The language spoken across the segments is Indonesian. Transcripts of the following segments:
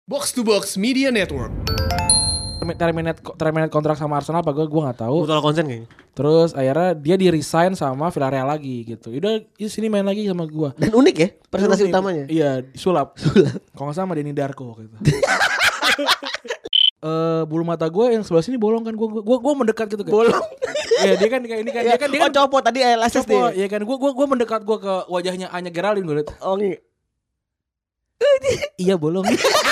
Box to Box Media Network. Terminate kontrak sama Arsenal apa gue nggak tahu. Mutual consent kayaknya. Terus akhirnya dia di resign sama Villarreal lagi gitu. Udah sini main lagi sama gue. Dan unik ya presentasi utamanya. Iya, sulap. Kalau nggak sama Denny Darko gitu. Bulu mata gue yang sebelah sini bolong kan, gue mendekat gitu kan. Bolong. Iya, dia kan dia kan copot tadi elastis copot, nih. ya kan. Gue mendekat gue ke wajahnya Anya Geraldine gue liat. Oh nih. Iya bolong.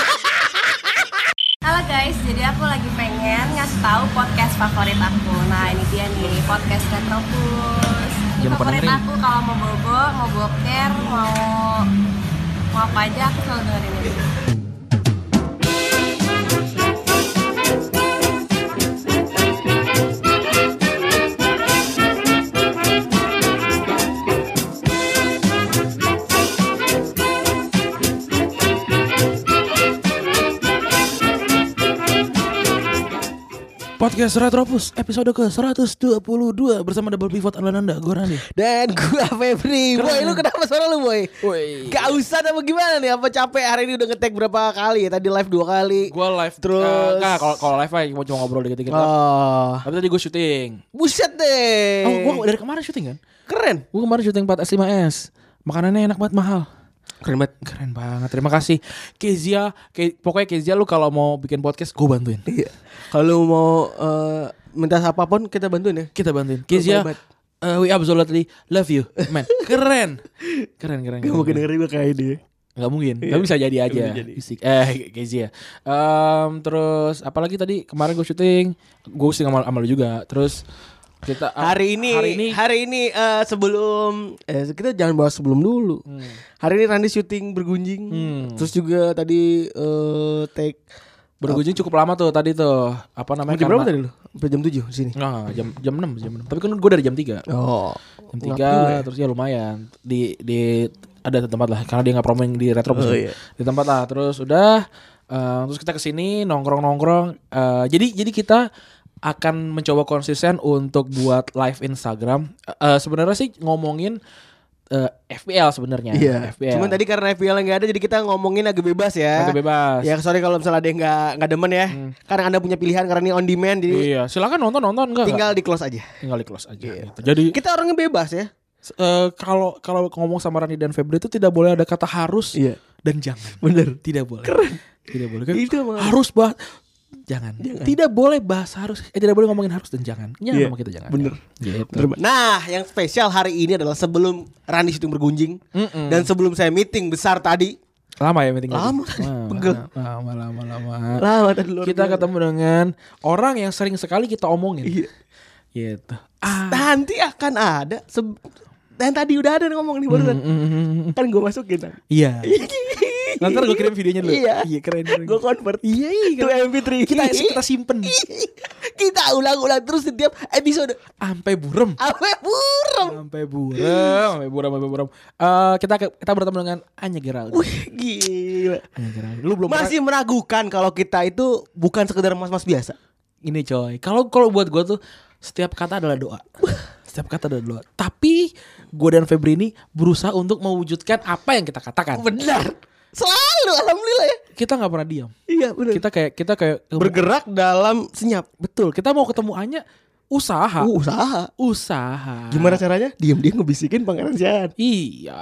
Halo guys, jadi aku lagi pengen ngasih tahu podcast favorit aku. Nah ini dia nih, podcast Retropus. Ini Jangan lupa favorit dengerin. aku kalau mau bobo, mau boker, mau apa aja aku selalu dengerin ini. Podcast Retropus episode ke-122 bersama Double Pivot Ananda, gue Rani. Dan gua Febri. Boy, lu kenapa suara lu, Boy? Woi. Gak usah apa gimana nih? Apa capek hari ini udah nge-tag berapa kali ya? Tadi live 2 kali. Gue live Terus kalau live aja cuma ngobrol dikit-dikit. Oh, Tapi tadi gue syuting. buset deh. Oh, gue dari kemarin syuting kan? Keren. Gue kemarin syuting 4S 5S. Makanannya enak banget, mahal. Keren Banget. Terima kasih Kezia. Pokoknya Kezia, lu kalau mau bikin podcast gue bantuin. Iya. Kalau mau minta apapun kita bantuin ya. Kita bantuin. Kezia, Baik. we absolutely love you, man. Keren. Gak mungkin dengerin gue kayak ini. Gak mungkin. Tapi bisa jadi aja. Bisa jadi. Fisik. Kezia. Terus apalagi tadi kemarin gue syuting. Gue syuting sama lu juga. Terus kita Hari ini sebelum kita jangan bahas sebelum dulu. Hari ini Randy syuting bergunjing. Terus juga tadi take bergunjing cukup lama tuh tadi tuh. Apa namanya? jam berapa tadi lu? Sampai jam 7 di sini. Enggak, jam 6. Tapi kan gue dari jam 3. Oh. Jam 3 terus ya lumayan. Di ada tempat lah karena dia enggak promoing di Retropus. Oh, iya. Di tempat lah. Terus udah terus kita kesini nongkrong. Jadi kita akan mencoba konsisten untuk buat live Instagram. Sebenarnya sih ngomongin FPL sebenarnya. Iya. FPL. Cuman tadi karena FPL nggak ada, jadi kita ngomongin agak bebas ya. Agak bebas. Ya sorry kalau misalnya ada yang nggak demen ya. Karena Anda punya pilihan karena ini on demand, jadi Iya, silakan nonton enggak. tinggal di close aja. Tinggal di close aja Iya. gitu. Jadi Kita orangnya bebas ya. kalau ngomong sama Rani dan Febri itu tidak boleh ada kata harus Iya. dan jangan. Bener. Tidak boleh. Keren. Tidak boleh. Kan? Itu emang Harus bahas jangan. Tidak boleh bahas harus. Tidak boleh ngomongin harus dan jangan. Jangan Iya, sama kita jangan. bener. Gitu. Nah, yang spesial hari ini adalah sebelum Randy syuting bergunjing dan sebelum saya meeting besar tadi. Lama ya meeting Lama. tadi? Pegel. Lama. Lama tadi luar Kita biasa. ketemu dengan orang yang sering sekali kita omongin. Iya. Gitu. Nanti akan ada dan tadi udah ada yang ngomong nih barusan. Kan gue masukin kan. Iya. Nanti gue kirim videonya dulu. Iya. Keren. Gue convert. Iya. Itu MP3. Kita simpen. Kita ulang-ulang terus setiap episode. Sampai burem. Sampai buram. Sampai buram. Kita bertemu dengan Anya Geraldine. Wih, gila. Anya Geraldine. Lu belum Masih meragukan kalau kita itu bukan sekedar mas-mas biasa. ini coy. Kalau buat gue tuh setiap kata adalah doa. Setiap kata adalah doa. Tapi gue dan Febri ini berusaha untuk mewujudkan apa yang kita katakan. Benar. Selalu alhamdulillah ya. Kita nggak pernah diam. Iya benar. Kita kayak Bergerak dalam senyap. betul. Kita mau ketemu Anya usaha. Usaha. Gimana caranya? Diam-diam ngebisikin Pangeran Sian. Iya.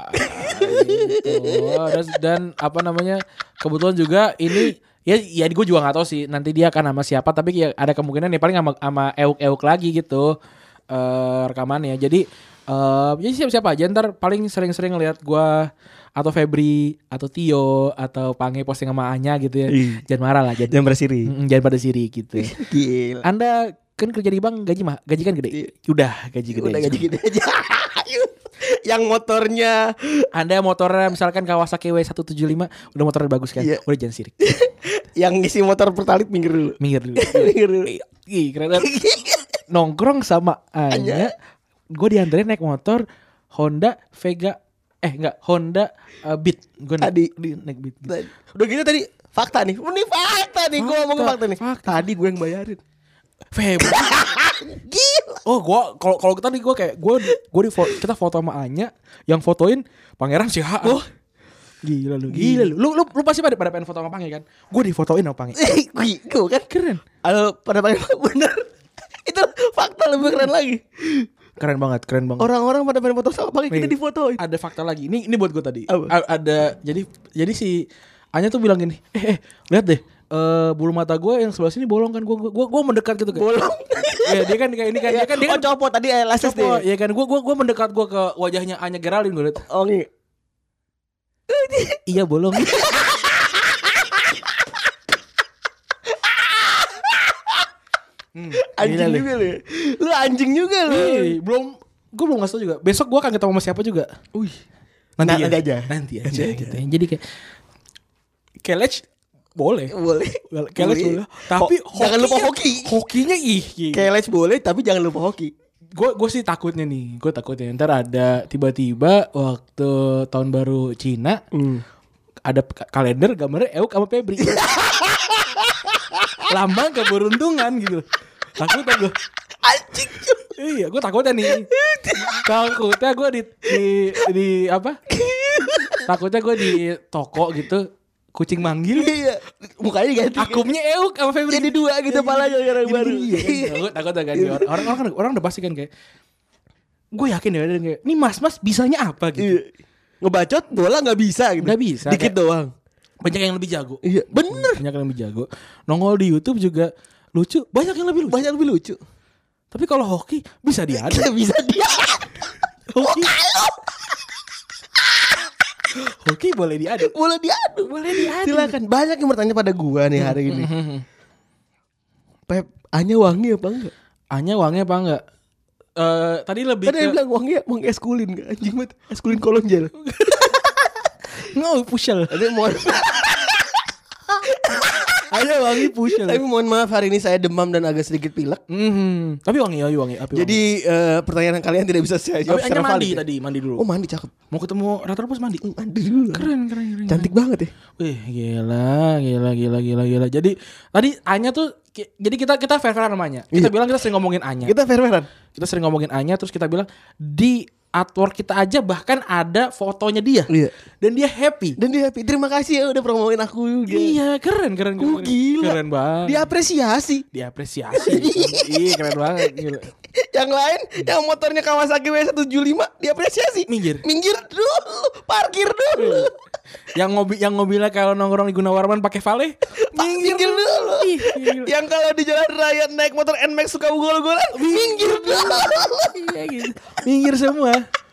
Gitu. Dan apa namanya? Kebetulan juga ini ya gue juga nggak tahu sih nanti dia akan sama siapa, tapi ya ada kemungkinan nih paling sama Euk lagi gitu rekamannya. Jadi ya siapa aja ntar paling sering-sering ngeliat gue atau Febri atau Tio atau Pange posting sama Anya gitu ya. Iya. Jangan marah lah, Jangan bersiri. jangan pada siri gitu. Gila. Anda kan kerja di bank gaji kan gede. Udah gaji gede. Udah gaji gede aja. Yang motornya Anda motornya misalkan Kawasaki W175 udah motornya bagus kan. Iya. Udah jangan sirik. yang ngisi motor Pertalite minggir dulu. Minggir dulu. Minggir dulu. Ih, keren banget. Nongkrong sama Anya. Gue dianterin naik motor Honda Vega. Honda Beat. Gue Tadi. naik Beat. Udah gitu tadi fakta nih. Ini fakta nih. Gue ngomongin fakta nih. Fakta. Tadi gue yang bayarin. Febri. Gila. Oh, kalau kita nih kita foto sama Anya, yang fotoin Pangeran CH. Oh. Gila lu. Lu pasti pada pengen foto sama Pange kan? Gue difotoin sama Pange. Gue kan keren. Pada pengen bener. Itu fakta lebih keren lagi. Keren banget. Orang-orang pada pengen foto sama Pange, kita Nih, difotoin. Ada fakta lagi. Ini buat gue tadi. Apa? Ada jadi si Anya tuh bilang gini, lihat deh, bulu mata gue yang sebelah sini bolong kan, gue mendekat gitu kan. Bolong. Ya dia kan kayak ini kan, dia kan copot tadi lasis deh. copot, ya kan, gue mendekat gue ke wajahnya Anya Geraldine, gue liat, Oh nih. iya bolong. Anjing Gila, juga lu. Lu anjing juga lu. Gue belum ngasih tau juga. Besok gue akan ketemu sama siapa juga. Wih. Nanti Nanti aja. aja. Gitu. Jadi kayak Kelec boleh. Kelec boleh. Tapi jangan lupa hoki. Hokinya Kelec boleh tapi jangan lupa hoki. Gue sih takutnya nih. Gue takutnya ntar ada tiba-tiba waktu tahun baru Cina ada kalender gambarnya Euk sama Febri. Lambang keberuntungan gitu. Takutnya gue. Anjing. Iya, gue takutnya nih. Takutnya gue di apa? Takutnya gue di toko gitu kucing manggil. Iya. Mukanya ganti. Akumnya Euk sama Febri. Jadi dua gitu palanya orang baru. Iya. Takutnya kan orang udah pasti kan kayak gue yakin ya kayak ini mas bisanya apa gitu. Iya. Ngebacot bola nggak bisa gitu. Nggak bisa. Dikit doang. Banyak yang lebih jago. Iya, bener. Banyak yang lebih jago. Nongol di YouTube juga lucu. Banyak yang lebih lucu. Banyak lebih lucu. Tapi kalau hoki bisa diadu. Bisa dia. Hoki. Hoki boleh diadu. Boleh diadu. Silakan. Banyak yang bertanya pada gua nih hari ini. Pep, Anya wangi apa enggak? Anya wangi apa enggak? Tadi lebih Tadi dia bilang wangi eskulin enggak? Anjing banget. Eskulin kolon gel. Pushel. Tapi mohon maaf hari ini saya demam dan agak sedikit pilek. Tapi wangi. Jadi pertanyaan kalian tidak bisa saya jawab Tapi secara Anya mandi valid. tadi, mandi dulu. Oh mandi cakep. Mau ketemu Retropus mandi. Mandi dulu. Keren. Cantik banget ya. Wih, gila. Jadi tadi Anya tuh jadi kita fair-fairan namanya. Kita bilang kita sering ngomongin Anya. Kita fair-fairan. Kita sering ngomongin Anya terus kita bilang di artwork kita aja bahkan ada fotonya dia. Iya. Dan dia happy. Terima kasih ya udah promoin aku juga. Iya, keren. Oh, gila. Keren banget. Diapresiasi. Iya, keren banget. Gila. Yang lain yang motornya Kawasaki W175 diapresiasi. Minggir dulu. Parkir dulu. Yang mobilnya kalau nongkrong di Gunawarman pakai Vale, Minggir dulu. Yang kalau di jalan raya naik motor NMAX suka ugol-ugolan, minggir dulu. Iya gitu. Minggir semua.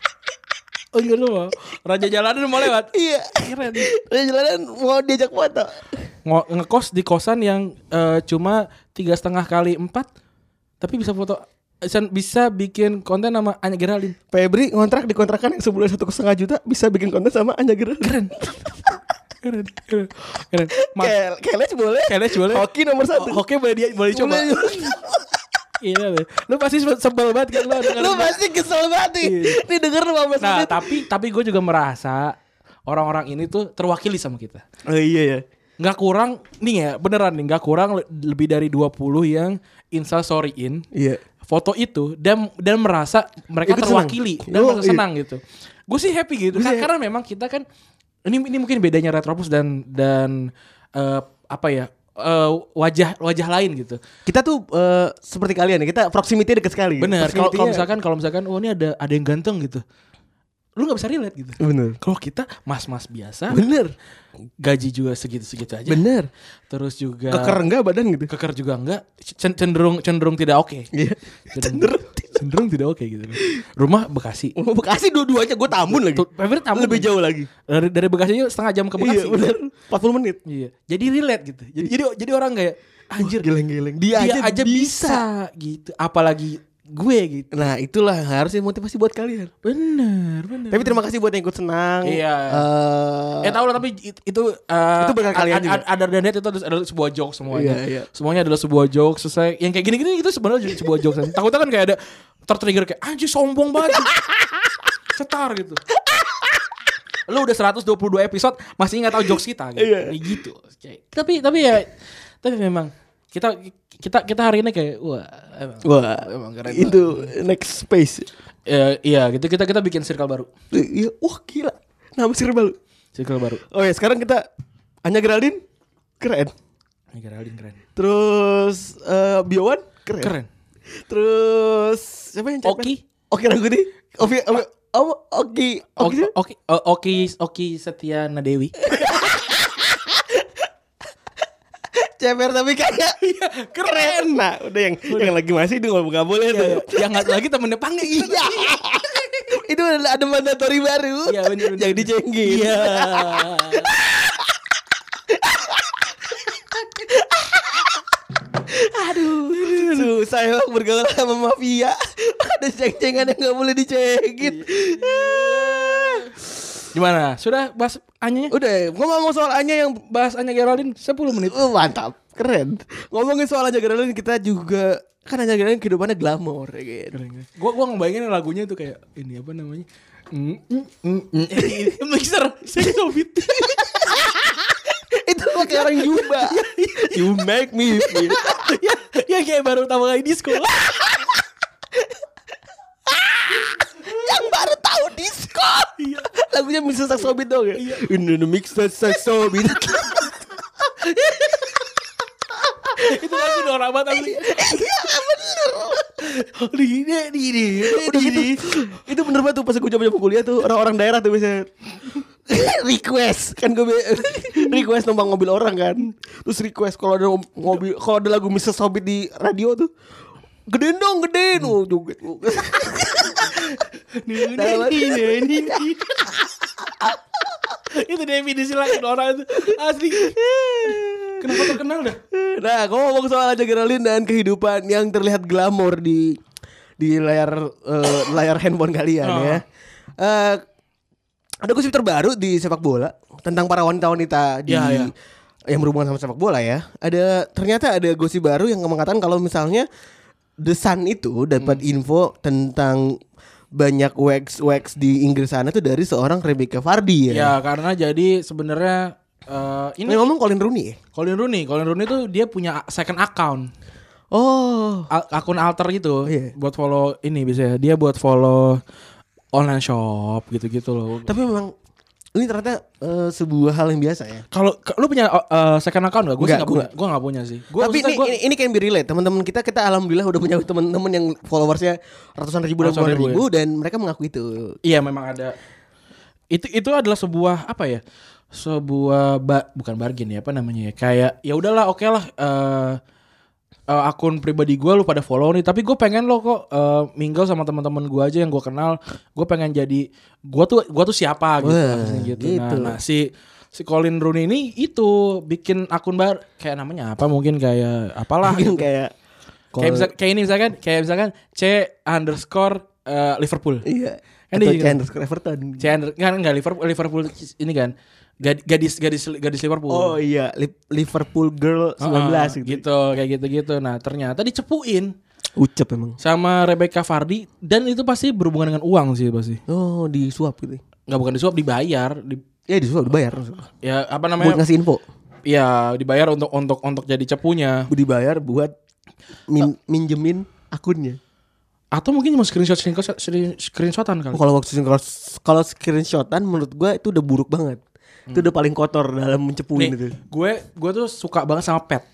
Raja jalanan mau lewat. Iya. Keren. Raja jalanan mau diajak foto. Ngekos di kosan yang cuma 3,5 kali 4, tapi bisa foto, bisa bikin konten sama Anya Geraldine. Febri ngontrak di kontrakan yang sebulan 1,5 juta bisa bikin konten sama Anya Geraldine. Keren. Kelec boleh. Hoki nomor 1. Hoki boleh dicoba. Iya deh. Lu pasti sebel banget kan lu pasti kesel banget nih. Nih denger 15 Nah, menit. tapi gue juga merasa orang-orang ini tuh terwakili sama kita. Oh iya ya. Nggak kurang nih ya, beneran nih, nggak kurang lebih dari 20 yang install storyin foto itu dan merasa mereka ikut terwakili senang. dan merasa senang gitu. Gue sih happy gitu karena memang kita kan ini mungkin bedanya Retropus dan apa ya, wajah lain gitu. Kita tuh seperti kalian ya, kita proximity dekat sekali. Bener. Kalau misalkan oh ini ada yang ganteng gitu, lu nggak bisa relate gitu. Bener. Kalau kita mas-mas biasa, Bener. gaji juga segitu-segitu aja. Bener. Terus juga Keker enggak badan gitu. keker juga enggak, cenderung tidak oke. Iya. Cenderung tidak oke gitu. Rumah Bekasi. Oh, Bekasi dua-duanya gue Tambun lagi. Favorite Tambun Lebih lagi. jauh lagi. Dari Bekasi setengah jam ke Bekasi. Iya bener. 40 menit. Iya. Jadi relate gitu. Jadi orang kayak anjir, Geleng-geleng. dia aja bisa gitu. Apalagi gue gitu. Nah itulah harusnya motivasi buat kalian. Bener. Tapi terima kasih buat yang ikut senang. Iya. Tahu lah, tapi itu berkat kalian juga. Ada dan itu adalah sebuah joke semuanya. Iya. Semuanya adalah sebuah joke. Selesai. Yang kayak gini-gini itu sebenarnya juga sebuah joke. Takutnya kan kayak ada tertrigger kayak anjir sombong banget. Cetar gitu. Lu udah 122 episode masih nggak tahu jokes kita gitu. Iya. Kayak gitu. Tapi memang kita hari ini kayak emang keren itu next space. Iya gitu, kita bikin circle baru. Iya, wah gila. Nama circle baru. Circle baru. Oh ya, sekarang kita Anya Geraldine keren. Anya Geraldine keren. Terus Biowan keren. Keren. Terus siapa yang cewek? Oki Rangkuti. Oki Setiana Dewi. Ceper tapi kayak keren. Nah, udah yang lagi masih itu nggak boleh tuh. Yang nggak lagi temennya Pange. Iya. Itu ada mandatory baru. Iya bener. Yang dicenggin. Iya. Aduh, susah ya bergaul sama mafia. Ada ceng-cengan yang nggak boleh dicengin. Gimana? Sudah bahas Anya? Udah, ngomong soal Anya yang Bahas Anya Geraldine 10 menit. mantap, keren. Ngomongin soal Anya Geraldine, kita juga kan Anya Geraldine kehidupannya glamor ya kan. Gua ngebayangin lagunya tuh kayak ini apa namanya? Mixer Sobit. Itu pakai orang Juba. You make me feel. Ya kayak baru tahu kali disco. Yang baru tahu disco. Lagunya Mr. Saxobit dong ya. Ini Mr. Saxobit. Itu lagu norak banget asli. Iya bener. Udah gitu. Itu bener banget tuh pas gue coba kuliah tuh orang-orang daerah tuh biasanya request kan gue request numpang mobil orang kan. Terus request kalau ada mobil, kalau ada lagu Mr. Sobit di radio tuh gedein dong, gedein. Joget. Itu definisi lagu orang itu asli. Kenapa terkenal dah? Nah, ngomong soal Anya Geraldine dan kehidupan yang terlihat glamor di layar handphone kalian ya. Ada gosip terbaru di sepak bola tentang para wanita-wanita yang berhubungan sama sepak bola ya. Ternyata ada gosip baru yang mengatakan kalau misalnya The Sun itu dapat info tentang banyak wax di Inggris sana tuh dari seorang Rebecca Vardy ya. Ya, karena jadi sebenarnya ini ngomong Colin Rooney. Colin Rooney tuh dia punya second account. Oh, Akun alter gitu. Iya. Buat follow ini biasanya. Dia buat follow online shop gitu-gitu loh. tapi memang ini ternyata sebuah hal yang biasa ya. Kalau lu punya second account gak? Gue nggak punya sih. Tapi ini can be relate. Teman-teman kita alhamdulillah udah punya teman-teman yang followersnya ratusan ribu dan puluhan ribu dan mereka mengaku itu. Iya memang ada. Itu adalah sebuah apa ya? Sebuah bukan bargain ya, apa namanya ya? Kayak ya udahlah oke lah. Akun pribadi gue lu pada follow nih, tapi gue pengen lo kok mingle sama teman-teman gue aja yang gue kenal. Gue pengen jadi gue tuh siapa gitu. Wah, gitu. gitu. Nah si Colin Rooney ini itu bikin akun baru kayak namanya apa mungkin kayak apalah Mungkin gitu. kayak misalkan C_ Liverpool. iya. Kan Atau dia Everton. kan enggak Liverpool ini kan gadis Liverpool. Oh iya, Liverpool Girl 19 gitu kayak gitu. Nah, ternyata dicepuin Ucap emang. sama Rebecca Vardy dan itu pasti berhubungan dengan uang sih pasti. Oh, disuap gitu. Enggak bukan disuap, dibayar. Ya disuap, dibayar. Ya apa namanya? Buat ngasih info. Ya, dibayar untuk jadi cepunya. Dibayar buat minjemin akunnya. Atau mungkin cuma screenshotan kali. Kalau screenshotan menurut gue itu udah buruk banget. Itu udah paling kotor dalam mencepuin itu. Gue tuh suka banget sama pet.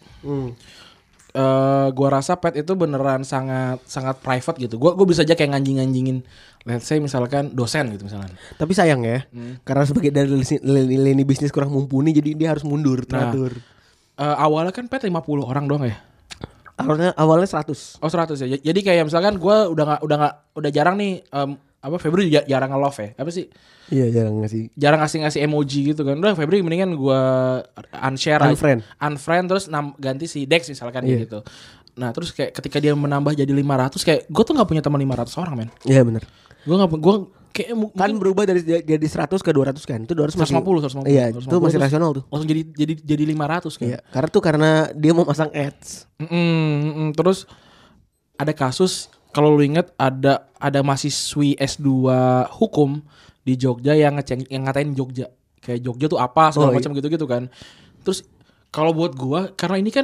Gue rasa pet itu beneran sangat private gitu. Gue bisa aja kayak nganjingin, let's say misalkan dosen gitu misalkan. Tapi sayang ya, karena sebagai dari lini bisnis kurang mumpuni, jadi dia harus mundur teratur. Awalnya kan pet 50 orang doang ya. Awalnya 100. Oh 100 ya. Jadi kayak misalkan gue udah jarang nih Febri jarang nge-love ya. Apa sih? Iya, jarang ngasih emoji gitu kan. Udah Febri mendingan gue unfriend terus ganti si Dex misalkan gitu. Nah, terus kayak ketika dia menambah jadi 500 kayak gue tuh enggak punya teman 500 orang, men. Iya, benar. Gue kayak kan berubah dari jadi 100 ke 200 kan. Itu 200 masih 150. Iya, itu masih rasional tuh. Langsung jadi 500 kan. Iya, karena dia mau masang ads. Terus ada kasus kalau lu inget ada mahasiswi S2 hukum di Jogja yang ngatain Jogja. Kayak Jogja tuh apa segala macam gitu-gitu kan. Terus kalau buat gua karena ini kan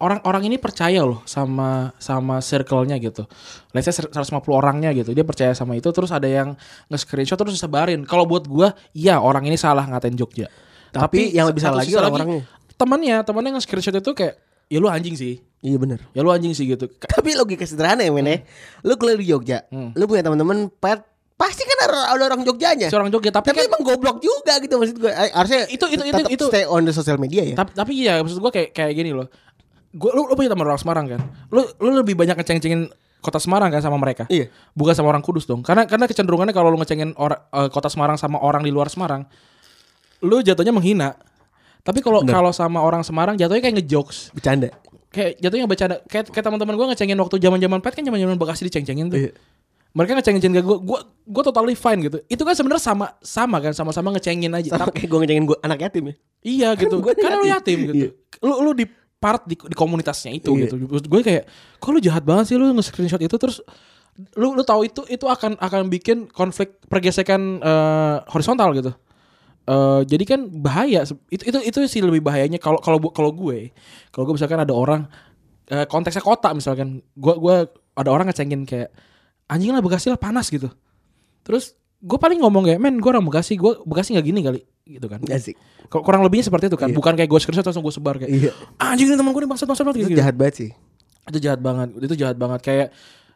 orang ini percaya loh sama circle-nya gitu. Let's say 150 orangnya gitu. Dia percaya sama itu, terus ada yang nge-screenshot terus disebarin. Kalau buat gua, iya orang ini salah ngatain Jogja. Tapi yang lebih salah lagi orang-orangnya. Temannya nge-screenshot itu kayak, ya lu anjing sih. Iya benar. Ya lu anjing sih gitu. Tapi logika sederhana ya men ya. Lu kuliah di Jogja. Lu punya teman-teman pet, pasti kan ada orang Jogjanya. Seorang Jogja, tapi kan emang goblok juga gitu maksud gue. Harusnya itu stay on the social media ya. Tapi iya maksud gue kayak gini loh. Lu punya teman orang Semarang kan. Lu lebih banyak ngeceng-cengin kota Semarang kan sama mereka. Iya. Bukan sama orang Kudus dong. Karena kecenderungannya kalau lu ngecengin kota Semarang sama orang di luar Semarang, lu jatuhnya menghina. Tapi kalau sama orang Semarang jatuhnya kayak ngejokes, bercanda. Kayak jatuhnya bercanda. Kayak teman-teman gue ngecengin waktu zaman-zaman pet kan zaman-zaman Bekasi diceng-cengin tuh. Iya. Mereka ngecengin ke gue totally fine gitu. Itu kan sebenarnya sama kan, sama-sama ngecengin aja. Sama kayak gue ngecengin gue anak yatim ya. Iya gitu. Karena lu yatim gitu. Iya. Lu di part di komunitasnya itu gitu. Gue kayak, kok lu jahat banget sih lu nge-screenshot itu terus lu tahu itu akan bikin konflik pergesekan horizontal gitu. Jadi kan bahaya. Itu sih lebih bahayanya kalau gue misalkan ada orang konteksnya kota misalkan, gue ada orang ngecengin kayak anjing lah Bekasi lah panas gitu. Terus gue paling ngomong kayak, men gue orang Bekasi nggak gini kali gitu kan. Asik. Kurang lebihnya seperti itu kan. Bukan kayak gue screenshot langsung gue sebar kayak anjing ini teman gue nih bangsat gitu. Itu jahat banget sih. Itu jahat banget kayak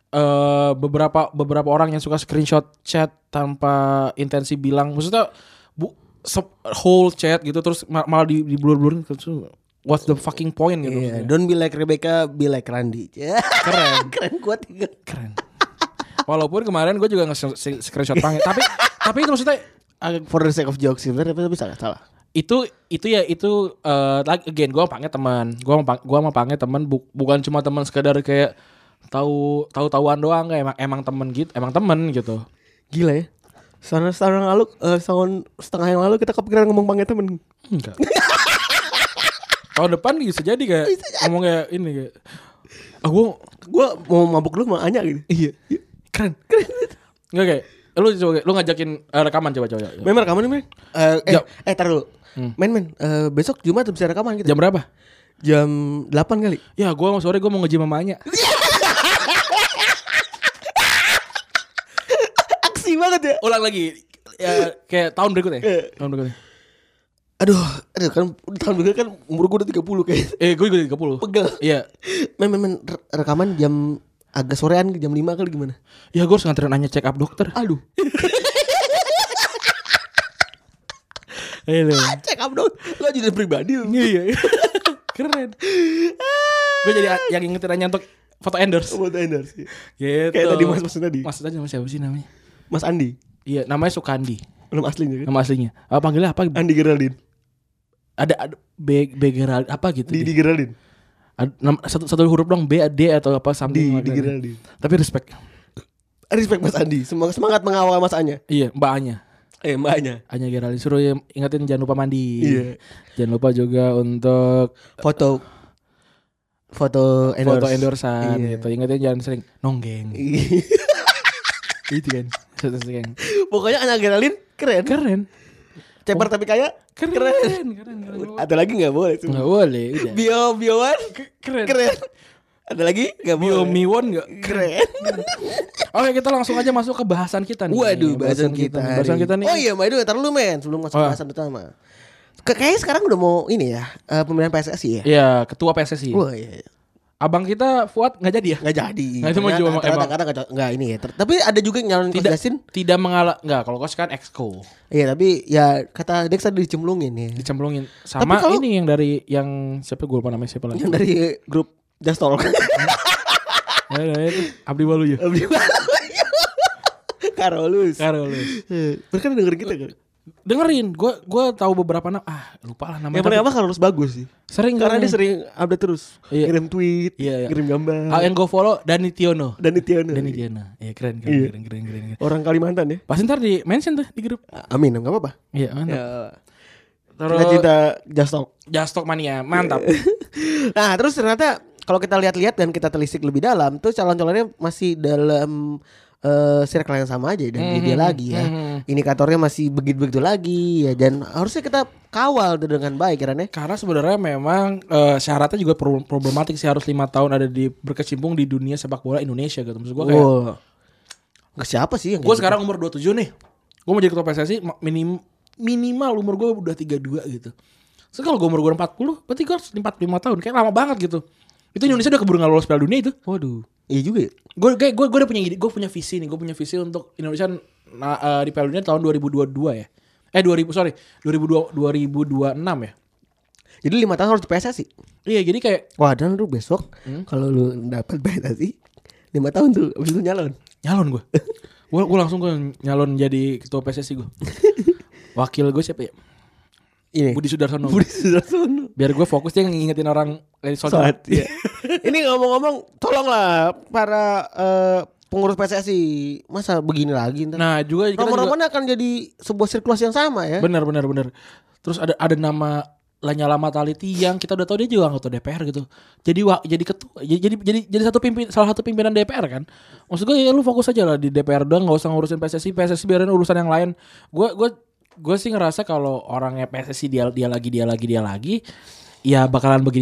beberapa orang yang suka screenshot chat tanpa intensi bilang, maksudnya whole chat gitu terus malah di blur-blurin. What's the fucking point gitu. Don't be like Rebecca, be like Randy. Keren. Keren kuat juga. Keren. Walaupun kemarin gue juga nge-screenshot Pange, tapi itu maksudnya for the sake of jokes sebenarnya tapi salah. Itu again gue Pange teman. Gue sama Pange teman bukan cuma teman sekedar kayak tahu-tahuan doang, kayak emang teman gitu. Gila ya. Setengah yang lalu kita kepikiran ngomong Pange temen. Enggak. Tahun depan bisa jadi kayak ngomong kayak ini kayak gue mau mabuk dulu sama Anya gitu. Iya. Keren. Enggak kayak lu ngajakin rekaman coba. Memang rekaman nih, men. Tar dulu. Men, besok Jumat bisa rekaman gitu. Jam berapa? Jam 8 kali. Ya, sore gue mau nge-gym sama Anya. Aksi banget ya. Ulang lagi. Ya, kayak tahun berikutnya. Aduh, kan tahun berikutnya kan umur gue udah 30 kayak. Gue juga 30. Pegel. Iya. Men, rekaman jam agak sorean jam 5 kali gimana? Ya gue harus nganterin Anya check up dokter. Aduh. Check up dokter. Lo jadi pribadi. Iya. Keren. Gue jadi yang ingetin Anya untuk foto endorse. Gitu. Kayak tadi mas tadi. Mas tadi siapa sih namanya? Mas Andi. Iya, namanya Sukandi. Nama aslinya kan? Nama aslinya. Panggilnya apa? Andi Geraldine. Ada B Geraldine apa gitu. Di Geraldine. Satu huruf dong, B, D atau apa something. Di Geraldine. Tapi respect Mas Andi. Semangat mengawal Mas Anya. Iya, Mbak Anya. Mbak Anya. Anya Geraldine. Suruh ingetin jangan lupa mandi. Iya. Jangan lupa juga untuk foto endorsan gitu. Ingetin jangan sering nonggeng. Itu kan. Pokoknya Anya Geraldine keren. Ceper tapi kaya keren. Ada lagi nggak boleh? Nggak boleh. Udah. Biowan keren. Ada lagi nggak boleh? Biomiwon nggak keren. Oke, kita langsung aja masuk ke bahasan kita nih. Waduh, bahasan kita nih. Oh iya, Maido, ntar lu men sebelum masuk bahasan utama. Kayaknya sekarang udah mau ini ya, pemilihan PSSI ya? Iya, ketua PSSI. Wah iya. Abang kita Fuad nggak jadi ya? Nggak jadi. Nah, itu mau juga kadang-kadang nggak ini ya. Tapi ada juga yang nyalon Yasin. Tidak mengalah. Nggak, kalau kos kan exco. Iya, tapi ya kata Dex tadi dicemplungin ya. Dicemplungin. Sama ini yang siapa gue lupa namanya siapa lagi? Yang dari grup Just Talk. Itu Abdi Waluyo. Karolus. Mereka dengerin kita kan? Dengerin, gue tahu beberapa nama. Lupa lah namanya. Yang paling apa Karolus bagus sih. Sering karena dia sering update terus. Iya. Kirim tweet, kirim gambar. Yang gue follow Dani Tiono. Iya, keren. Orang Kalimantan ya. Pasti ntar di mention tuh di grup. Amin, enggak apa-apa. Iya, mantap. Ya. Terus kita Just Talk mania, mantap. Nah, terus ternyata kalau kita lihat-lihat dan kita telisik lebih dalam tuh calon-calonnya masih dalam circle yang sama aja dan dia lagi ya. Indikatornya masih begitu-begitu lagi ya, dan harusnya kita kawal tuh dengan baik kan ya. Karena sebenarnya memang syaratnya juga problematik sih, harus 5 tahun ada berkecimpung di dunia sepak bola Indonesia gitu. Maksud gue kayak Nggak siapa sih yang gue kayak sekarang umur 27 nih. Gue mau jadi ketua PSSI minimal umur gue udah 32 gitu. So kalau gue umur gue 40 berarti gue harus 45 tahun. Kayak lama banget gitu. Itu Indonesia udah keburu gak lolos Piala Dunia itu. Waduh. Iya juga ya. Gue udah punya ide, gue punya visi nih. Gue punya visi untuk Indonesia di Piala Dunia tahun 2022 ya. 2026 ya. Jadi 5 tahun harus di PSSI. Iya, jadi kayak Wah, dan lu besok kalau lu dapat PSSI 5 tahun tuh abis itu nyalon gue. Gue langsung nyalon jadi ketua PSSI gue. Wakil gue siapa ya? Ini Budi Sudarsono. Biar Biar gue fokus dia ngingetin orang sholat. Iya. Ini ngomong-ngomong, tolonglah para pengurus PSSI, masa begini lagi ntar. Nah juga kita nomor-nomornya akan jadi sebuah sirkulasi yang sama ya. Benar. Terus ada nama Lanyala Mataliti yang kita udah tahu dia juga anggota DPR gitu. Jadi ketua, jadi salah satu pimpinan DPR kan. Maksud gue ya lu fokus aja lah di DPR doang, nggak usah ngurusin PSSI biarin urusan yang lain. Gue sih ngerasa kalau orangnya PSSI dia lagi ya bakalan begini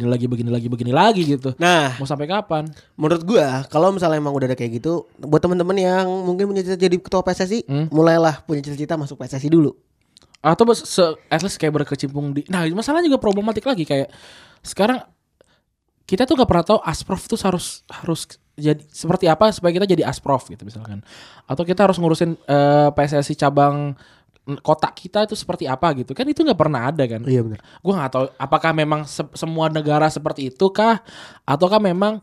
lagi gitu. Nah, mau sampai kapan? menurut gua kalau misalnya emang udah ada kayak gitu, buat teman-teman yang mungkin punya cita jadi ketua PSSI, mulailah punya cita-cita masuk PSSI dulu. Atau at least kayak berkecimpung di. Nah, masalahnya juga problematik lagi kayak sekarang kita tuh gak pernah tahu Asprof tuh harus jadi seperti apa supaya kita jadi Asprof gitu misalkan. Atau kita harus ngurusin PSSI cabang kota kita itu seperti apa gitu kan, itu nggak pernah ada kan. Iya benar. Gue nggak tahu apakah memang semua negara seperti itu kah, ataukah memang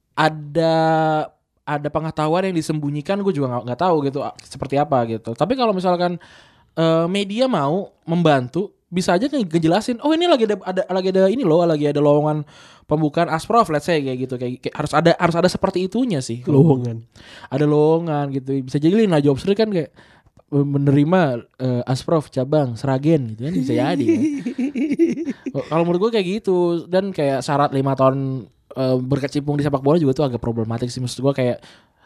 ada pengetahuan yang disembunyikan. Gue juga nggak tahu gitu seperti apa gitu. Tapi kalau misalkan media mau membantu, bisa aja ngejelasin, oh ini lagi ada ini loh, lagi ada lowongan pembukaan Asprof, let's say kayak gitu, kayak harus ada seperti itunya sih. Lowongan. Ada lowongan gitu. Bisa jadi Lina Jobstreet kan kayak menerima Asprof cabang Sragen gitu kan, bisa jadi kan. Kalau menurut gue kayak gitu. Dan kayak syarat 5 tahun berkecimpung di sepak bola juga tuh agak problematik sih. Maksud gue kayak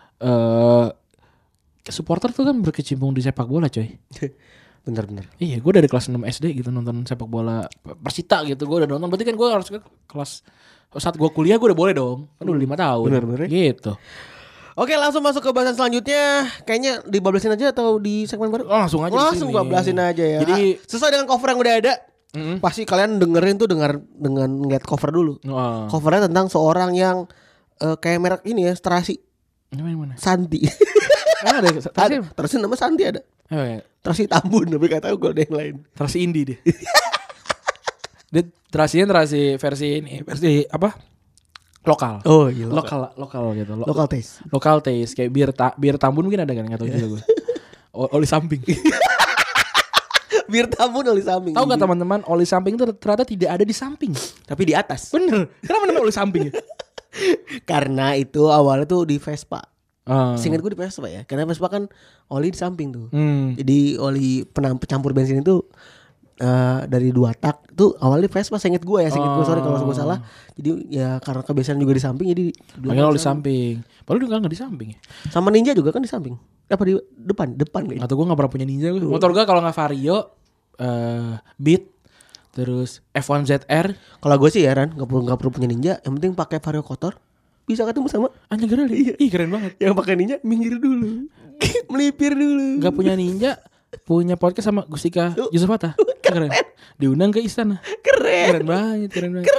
supporter tuh kan berkecimpung di sepak bola coy. Bener. Iya, gue dari kelas 6 SD gitu nonton sepak bola Persita gitu. Gue udah nonton, berarti kan gue harus kelas, saat gue kuliah gue udah boleh dong. Kan udah 5 tahun. Bener. Gitu. Oke, langsung masuk ke bahasan selanjutnya. Kayaknya dibablasin aja atau di segmen baru? Langsung aja. Langsung bablasin aja ya. Jadi sesuai dengan cover yang udah ada. Pasti kalian dengerin tuh dengan ngeliat cover dulu. Covernya tentang seorang yang kayak merek ini ya, Terasi. Mana? Santi. Ada Terasi nama Santi ada. Oh, ya. Terasi Tambun, tapi gak tahu gue ada yang lain. Terasi indie deh. Dia terasinya versi ini, versi apa? Lokal. Oh iya. Lokal gitu. Local taste. Lokal taste kayak bir Tambun mungkin ada kan, enggak tahu juga gue. Oli samping. Bir Tambun oli samping. Tahu enggak teman-teman, oli samping itu ternyata tidak ada di samping, tapi di atas. Bener. Kenapa namanya oli samping ya? Karena itu awalnya tuh di Vespa. Seingat gue di Vespa ya. Karena Vespa kan oli di samping tuh. Jadi oli pencampur bensin itu dari 2 tak tuh awalnya Vespa, seinget gue ya, gue sorry kalau gue salah. Jadi ya karena kebiasaan juga di samping, jadi makanya di samping. Padahal juga nggak di samping ya. Sama Ninja juga kan di samping. Apa di depan kayaknya. Atau gue nggak pernah punya Ninja gue. Motor gue kalau nggak Vario, Beat, terus F1 ZR. Kalau gue sih ya Ran, nggak perlu punya Ninja. Yang penting pakai Vario kotor, bisa ketemu sama Anja Geraldine. Ih keren banget. Yang pakai Ninja minggir dulu, melipir dulu. Gak punya Ninja, punya podcast sama Gustika Yusuf Atta. Keren. Diundang ke istana. Keren banget.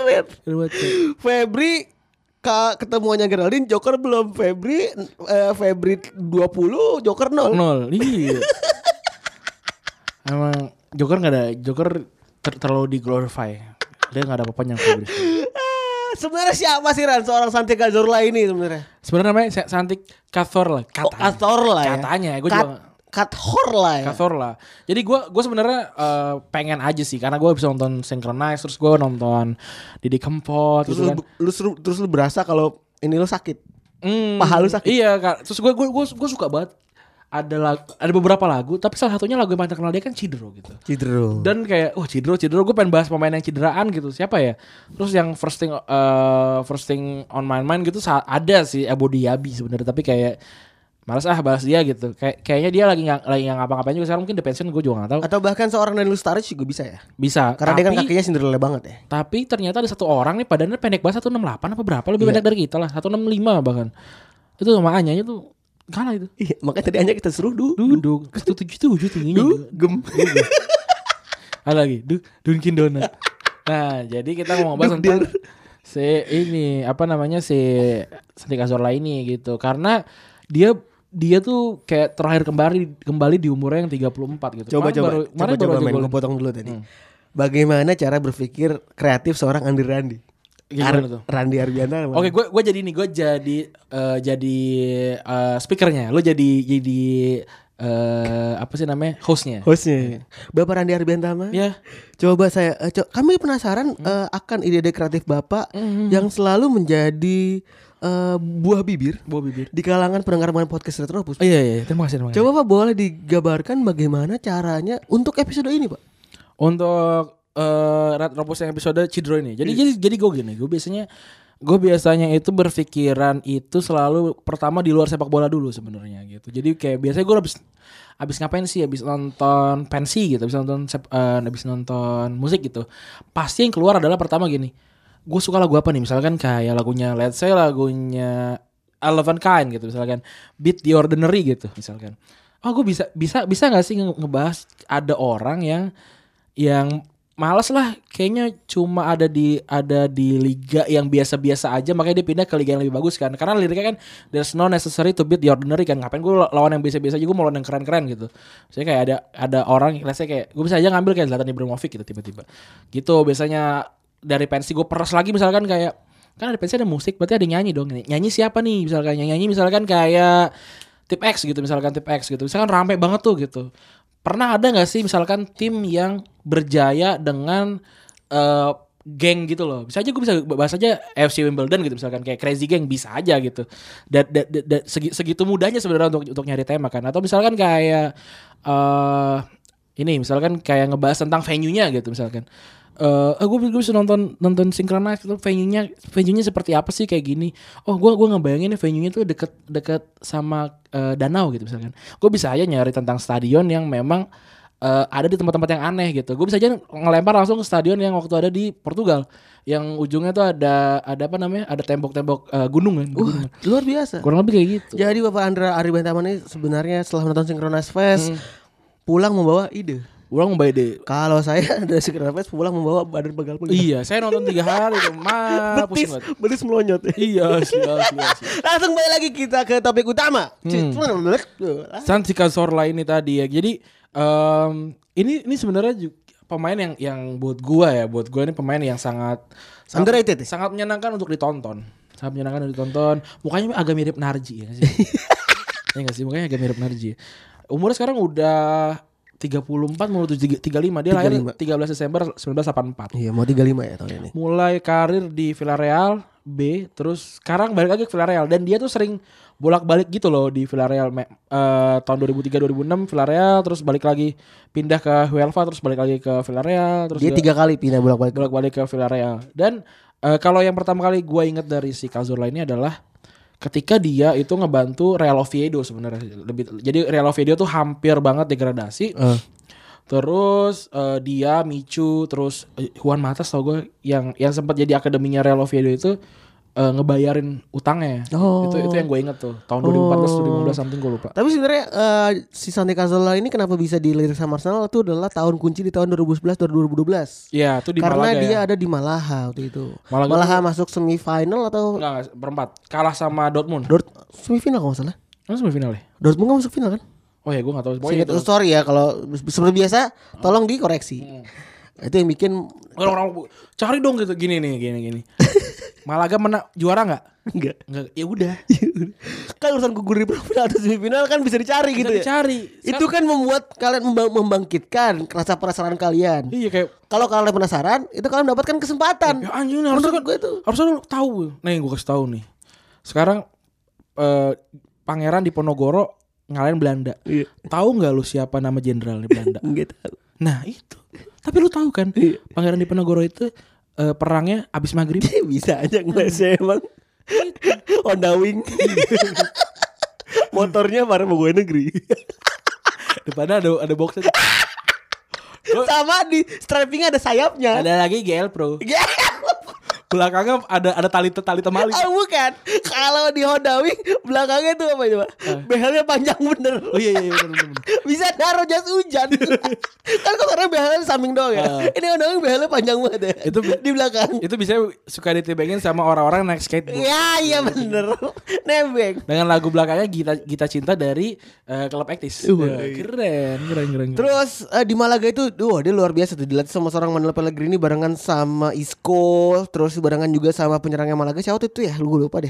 Febri ketemuannya Geraldine, Joker belum. Febri 20, Joker 0. Iya. Emang Joker nggak ada. Joker terlalu diglorify. Dia nggak ada apa-apanya Febri. Sebenarnya siapa sih Ran seorang Santi Cazorla ini sebenarnya? Sebenarnya namanya Santi Cazorla. Cazorla ya. Katanya. Gue juga. Cazorla. Jadi gue sebenarnya pengen aja sih, karena gue bisa nonton Synchronize, terus gue nonton Didi Kempot terus gitu kan. Terus lu berasa kalau ini lu sakit. Paha lu sakit. Iya Kak. Terus gue suka banget. Ada beberapa lagu, tapi salah satunya lagu yang paling terkenal dia kan Cidro gitu. Cidro. Dan kayak Cidro gue pengen bahas pemain yang cederaan gitu. Siapa ya? Terus yang first thing on my mind gitu ada sih Abu Dhabi sebenarnya, tapi kayak malas bahas dia gitu. Kayaknya dia lagi nggak ngapa-ngapain juga sekarang, mungkin the pension, gue juga nggak tahu. Atau bahkan seorang Daniel Sturridge juga bisa ya? Bisa. Karena dia kan kakinya Cinderella banget ya. Tapi ternyata ada satu orang nih badannya pendek banget, 168 apa berapa, lebih pendek dari kita lah, 165 bahkan. Itu sama Anyanya tuh kalah itu. Iya, makanya tadi Anya kita suruh Duduk 177 tingginya. Gem. Ada lagi Dunkin Donut. Nah, jadi kita mau ngebahas tentang si Santi Cazorla ini gitu. Karena dia tuh kayak terakhir kembali di umurnya yang 34 gitu. Coba Baru gue potong dulu tadi. Bagaimana cara berpikir kreatif seorang Andi Randi? Randi Arbiana. Oke, gue jadi speakernya. Lo jadi apa sih namanya, hostnya. Bapak Randi Arbiantama. Ya. Coba kami penasaran akan ide-ide kreatif Bapak yang selalu menjadi buah bibir di kalangan pendengar podcast Retropus. Iya, terima kasih. Coba Pak, boleh digambarkan bagaimana caranya untuk episode ini, Pak? Untuk Retropus yang episode Cidro ini. Jadi gue gini, gue biasanya itu berpikiran itu selalu pertama di luar sepak bola dulu sebenarnya gitu. Jadi kayak biasanya gue abis ngapain sih? Abis nonton pensi gitu, abis nonton musik gitu. Pasti yang keluar adalah pertama gini, gue suka lagu apa nih? Misalkan kayak lagunya Let's Say, lagunya Eleven Kind gitu, misalkan Beat the Ordinary gitu, misalkan. Oh, gue bisa nggak sih ngebahas ada orang yang malas lah, kayaknya cuma ada di liga yang biasa-biasa aja, makanya dia pindah ke liga yang lebih bagus kan. Karena liriknya kan there's no necessary to beat the ordinary kan. Ngapain gue lawan yang biasa-biasa aja, gue mau lawan yang keren-keren gitu. Misalnya kayak ada orang, rasanya kayak gue bisa aja ngambil kayak Zlatan Ibrahimovic gitu tiba-tiba. Gitu biasanya dari pensi gue peras lagi, misalkan kayak kan ada pensi ada musik, berarti ada nyanyi dong. Nyanyi siapa nih? Misalkan nyanyi misalkan kayak Tip X gitu, misalkan rame banget tuh gitu. Pernah ada gak sih misalkan tim yang berjaya dengan geng gitu loh. Bisa aja gue bisa bahas aja FC Wimbledon gitu, misalkan kayak Crazy Gang, bisa aja gitu. Dan segitu mudahnya sebenarnya untuk nyari tema kan. Atau misalkan kayak ini misalkan kayak ngebahas tentang venue-nya gitu misalkan. Gue bisa nonton Synchronize itu, venue-nya seperti apa sih kayak gini. Oh, gue ngebayangin venue-nya tuh deket sama danau gitu misalkan. Gue bisa aja nyari tentang stadion yang memang ada di tempat-tempat yang aneh gitu. Gue bisa aja ngelempar langsung ke stadion yang waktu ada di Portugal, yang ujungnya tuh ada apa namanya, ada tembok-tembok gunung kan. Luar biasa. Kurang lebih kayak gitu. Jadi Bapak Andra Aribantama ini sebenarnya setelah menonton Synchronize Fest pulang membawa ide. Kalau saya dari Synchronize Fest pulang membawa badan pegal-pegal. Iya, saya nonton 3 hari itu betis melonyot. Iya, siap. Langsung balik lagi kita ke topik utama. Santi Cazorla ini tadi ya. Jadi ini sebenarnya pemain yang buat gua ini pemain yang sangat underrated, sangat menyenangkan untuk ditonton. Mukanya agak mirip Narji ya nggak sih? Ya nggak sih, mukanya agak mirip Narji. Umurnya sekarang udah 34 mau 35. Dia lahir 13 Desember 1984. Iya, mau 35 ya tahun ini. Mulai karir di Villarreal B, terus sekarang balik lagi ke Villarreal, dan dia tuh sering bolak-balik gitu loh di Villarreal. Tahun 2003-2006 Villarreal, terus balik lagi pindah ke Huelva, terus balik lagi ke Villarreal, terus dia 3 kali pindah bolak-balik ke Villarreal. Dan kalau yang pertama kali gue inget dari si Cazorla ini adalah ketika dia itu ngebantu Real Oviedo sebenarnya. Jadi Real Oviedo tuh hampir banget degradasi. Terus dia, Michu, terus Juan Matas tau gue yang sempat jadi akademinya Real Oviedo itu ngebayarin utangnya. Itu yang gue inget tuh tahun 2014 2015 something, gue lupa. Tapi sebenarnya si Santi Cazorla ini kenapa bisa dilirik sama Arsenal itu adalah tahun kunci di tahun 2011 2012. Iya, itu di karena Malaga. Karena dia ada di Malaga waktu itu. Malaga masuk semifinal atau enggak, perempat. Kalah sama Dortmund. Semifinal kalau nggak salah. Semifinal ya? Dortmund nggak masuk final kan? Oh ya, gue nggak tahu. Sorry ya kalau seperti biasa, tolong dikoreksi. Itu yang bikin orang cari dong gitu, gini. Malaga juara nggak? Enggak. Ya udah. Kan urusan gugur di final atau semifinal kan bisa dicari gitu ya. Itu kan membuat kalian membangkitkan rasa penasaran kalian. Iya, kayak kalau kalian penasaran, itu kalian mendapatkan kesempatan. Ya anjing, harusnya lu tahu. Nih gue kasih tahu nih. Sekarang Pangeran Diponegoro ngalahin Belanda. Iya. Tahu nggak lu siapa nama jenderal di Belanda? Enggak tahu. Nah itu. Tapi lu tahu kan, Pangeran Diponegoro itu perangnya abis maghrib. Bisa aja ngeles emang. Honda Wing. Motornya para pegawai negeri. Depannya ada boxnya. Sama di strappingnya ada sayapnya. Ada lagi GL Pro. Belakangnya ada tali temali. Oh bukan. Kalau di Honda Wing belakangnya tuh apa coba? Behelnya panjang bener. Oh iya bener. Bisa naruh jas hujan. Kan kotornya behelnya samping doang ya. Ini Honda Wing behelnya panjang banget ya. Itu di belakang. Itu bisa suka ditebengin sama orang-orang naik skateboard. Iya bener. Nebeng. Dengan lagu belakangnya Gita Cinta dari Klub Ektis. Keren. Terus di Malaga itu, dia luar biasa tuh. Dilatih sama seorang Manuel Pellegrini barengan sama Isco, terus barengan juga sama penyerangnya Malaga. Siapa itu ya? Gue lupa deh.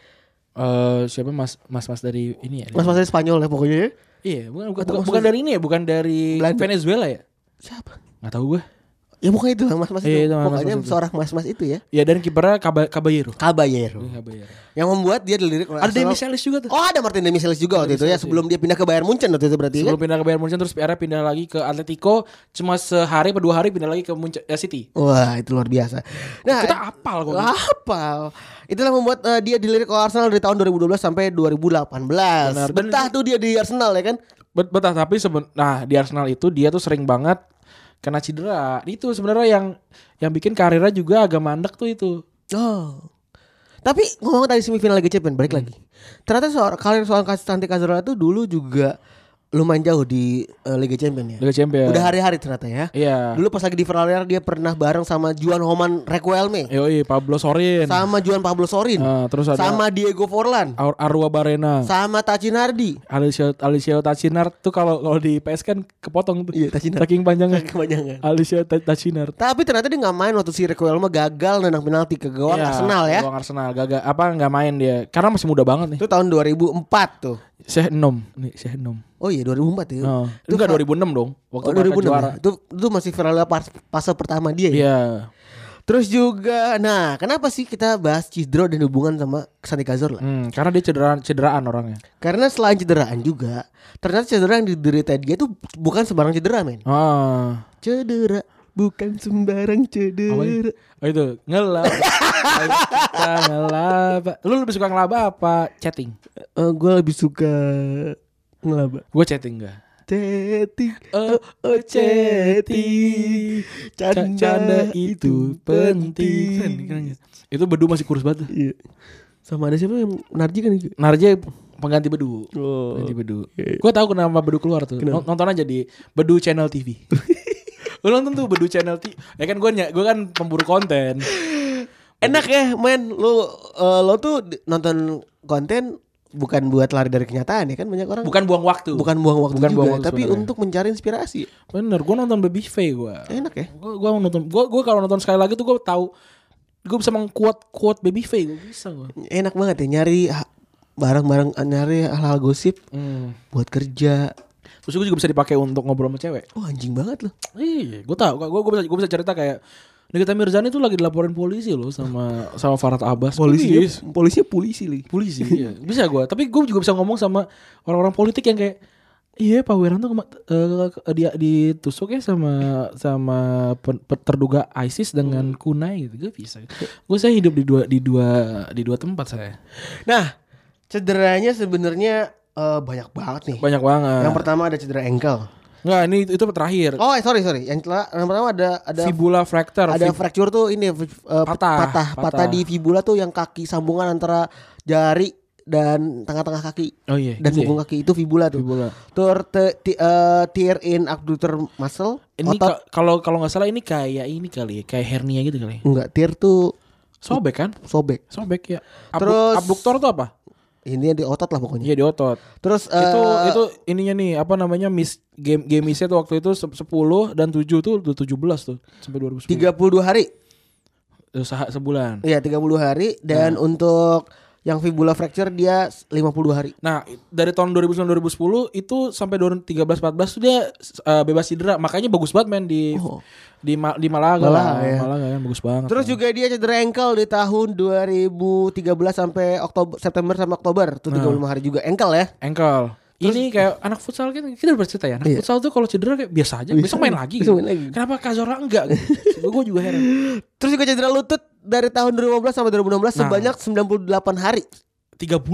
Siapa mas dari ini ya? Mas dari Spanyol ya pokoknya ya. Iya, bukan dari ini ya, bukan dari Venezuela ya? Siapa? Nggak tahu gue. Ya pokoknya itu mas-mas itu. Itu Pokoknya mas-mas seorang mas-mas itu ya. Ya dan kipernya Caballero. Yang membuat dia dilirik oleh Ada Arsenal. Demichelis juga tuh. Oh ada Martin Demichelis juga waktu itu ya. Sebelum dia pindah ke Bayern Munchen waktu itu berarti Sebelum kan. pindah ke Bayern Munchen terus akhirnya pindah lagi ke Atletico. Cuma sehari atau 2 hari pindah lagi ke City. Wah itu luar biasa. Nah Kita apal kok. Hafal. Itulah membuat dia dilirik oleh Arsenal dari tahun 2012 sampai 2018. Benar. Betah tuh dia di Arsenal ya kan. Betah tapi di Arsenal itu dia tuh sering banget kena cedera. Itu sebenarnya yang bikin karirnya juga agak mandek tuh itu. Oh. Tapi ngomong tadi semifinal Liga Champions balik lagi. Ternyata karir seorang Santi Cazorla itu dulu juga lumayan jauh di Liga Champions ya. Liga Champions. Udah hari-hari ternyata ya. Iya. Dulu pas lagi di Villarreal dia pernah bareng sama Juan Roman Requelme. Pablo Sorin. Sama Juan Pablo Sorin. Terus ada sama Diego Forlan. Arrua Barrena. Sama Tacinardi. Alicia Tacinart tuh kalau di PS kan kepotong tuh. Iya, Tacinart. Saking panjangnya. Kepanjangan. Alicia Tacinart. Tapi ternyata dia gak main waktu si Requelme gagal nendang penalti ke gawang Arsenal ya. Gawang Arsenal gagal nggak main dia karena masih muda banget nih. Itu tahun 2004 tuh. Syekh Nom. Oh iya 2004 ya. Itu enggak 2006 dong. Waktu 2006 juara. ya? Itu masih Villarreal fase pertama dia ya. Iya. Terus juga, nah kenapa sih kita bahas Cidro dan hubungan sama Santi Cazorla? Karena dia cederaan orangnya. Karena selain cederaan juga, ternyata cedera yang diderita dia itu bukan sembarang cedera men. Cedera bukan sembarang cedera. Oh itu ngelaba. Kita ngelaba. Lu lebih suka ngelaba apa chatting? Gue lebih suka ngelaba. Gue chatting enggak? Chatting, chatting, Canda itu penting. Itu Bedu masih kurus banget. Iya. Sama ada siapa yang Narji kan itu? Narji pengganti Bedu. Oh. Pengganti Bedu. Gue tahu kenapa Bedu keluar tuh. Nonton aja di Bedu Channel TV. Lu nonton tuh Bedu Channel TV. Ya kan gue kan pemburu konten. Enak ya men. Lo tuh nonton konten bukan buat lari dari kenyataan ya kan, banyak orang bukan buang waktu juga, tapi sebenarnya. untuk mencari inspirasi. Bener, gue nonton Baby Faye gue. Enak ya. Gue kalau nonton sekali lagi tuh gue tahu gue bisa mengquote Baby Faye, gue bisa gue. Enak banget ya nyari barang-barang, nyari hal-hal gosip buat kerja. Terus gue juga bisa dipakai untuk ngobrol sama cewek. Oh anjing banget loh. Iya, gue tahu. Gue bisa cerita kayak Nikita Mirzani tuh lagi dilaporin polisi loh sama Farhad Abbas. Polisinya polisi lagi. Polisi. Iya. Bisa gue. Tapi gue juga bisa ngomong sama orang-orang politik yang kayak, iya Pak Wiranto dia ditusuk ya sama terduga ISIS dengan kunai gitu. Gue bisa. Gue saya hidup di dua tempat saya. Nah, cederanya sebenarnya banyak banget nih. Banyak banget. Yang pertama ada cedera ankle. Enggak, itu terakhir. Oh, sorry. Yang pertama ada fibula fracture. Ada fracture tuh ini patah di fibula tuh yang kaki sambungan antara jari dan tengah-tengah kaki. Oh iya. Dan punggung kaki itu fibula tuh. Tear in abductor muscle. Ini kalau enggak salah ini kayak hernia gitu kali. Enggak, tear tuh sobek kan? Sobek ya. Terus abduktor tuh apa? Ini di otot lah pokoknya. Iya di otot. Terus itu ininya nih apa namanya game miss tuh waktu itu 10 dan 7 tuh 17 tuh sampai 2010. 32 hari. Sebulan. Iya 30 hari dan untuk yang fibula fracture dia 52 hari. Nah, dari tahun 2009-2010 itu sampai 2013-14 tuh dia bebas cedera. Makanya bagus banget main di Malaga ya. Malaga ya, bagus banget. Terus juga dia cedera ankle di tahun 2013 sampai September sampai Oktober. Tuh 35 hari juga ankle ya. Ankle. Terus, ini kayak anak futsal kan kita udah bercerita ya. Anak futsal tuh kalau cedera kayak biasa aja, besok main lagi. Kenapa Cazorla enggak? Gue juga heran. Terus juga cedera lutut dari tahun 2015 sampai 2016 sebanyak 98 hari. 3 bulan.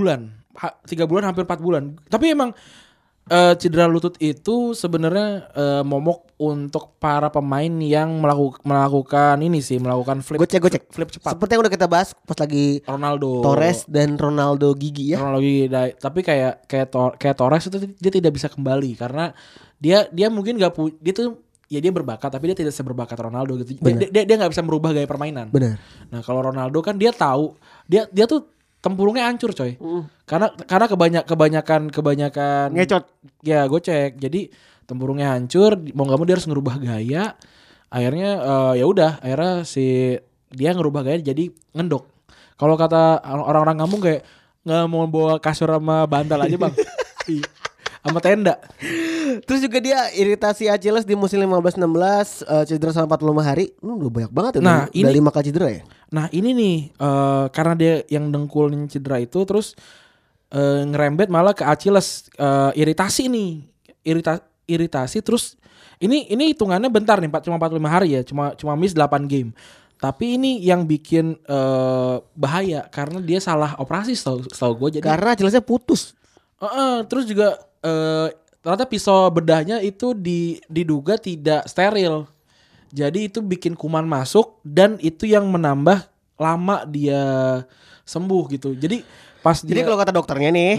3 bulan hampir 4 bulan. Tapi emang cedera lutut itu sebenarnya momok untuk para pemain yang melakukan ini sih, melakukan flip cepat. Seperti yang udah kita bahas pas lagi Ronaldo, Torres dan Ronaldo Gigi ya. Ronaldo Gigi, tapi kayak Torres itu dia tidak bisa kembali karena dia mungkin dia tuh ya dia berbakat tapi dia tidak seberbakat Ronaldo gitu. Dia nggak bisa merubah gaya permainan. Benar. Nah kalau Ronaldo kan dia tahu dia tuh tempurungnya hancur coy. Karena kebanyakan ngecot. Ya gocek. Jadi tempurungnya hancur, mau enggak mau dia harus ngerubah gaya. Akhirnya ya udah, akhirnya dia ngerubah gaya jadi ngendok. Kalau kata orang-orang kampung kayak nggak mau bawa kasur sama bantal aja, Bang. Sama tenda. Terus juga dia iritasi Achilles di musim 15-16, cedera selama 45 hari. Udah banyak banget ya. Nah, udah 5 kali cedera ya. Nah ini nih karena dia yang dengkulnya cedera itu terus ngerembet malah ke Achilles, iritasi nih, iritasi terus ini hitungannya bentar nih, cuma 45 hari ya, cuma miss 8 game. Tapi ini yang bikin bahaya karena dia salah operasi setahu gue. Jadi karena Achillesnya putus. Terus juga ternyata pisau bedahnya itu diduga tidak steril. Jadi itu bikin kuman masuk dan itu yang menambah lama dia sembuh gitu. Jadi kalau kata dokternya nih,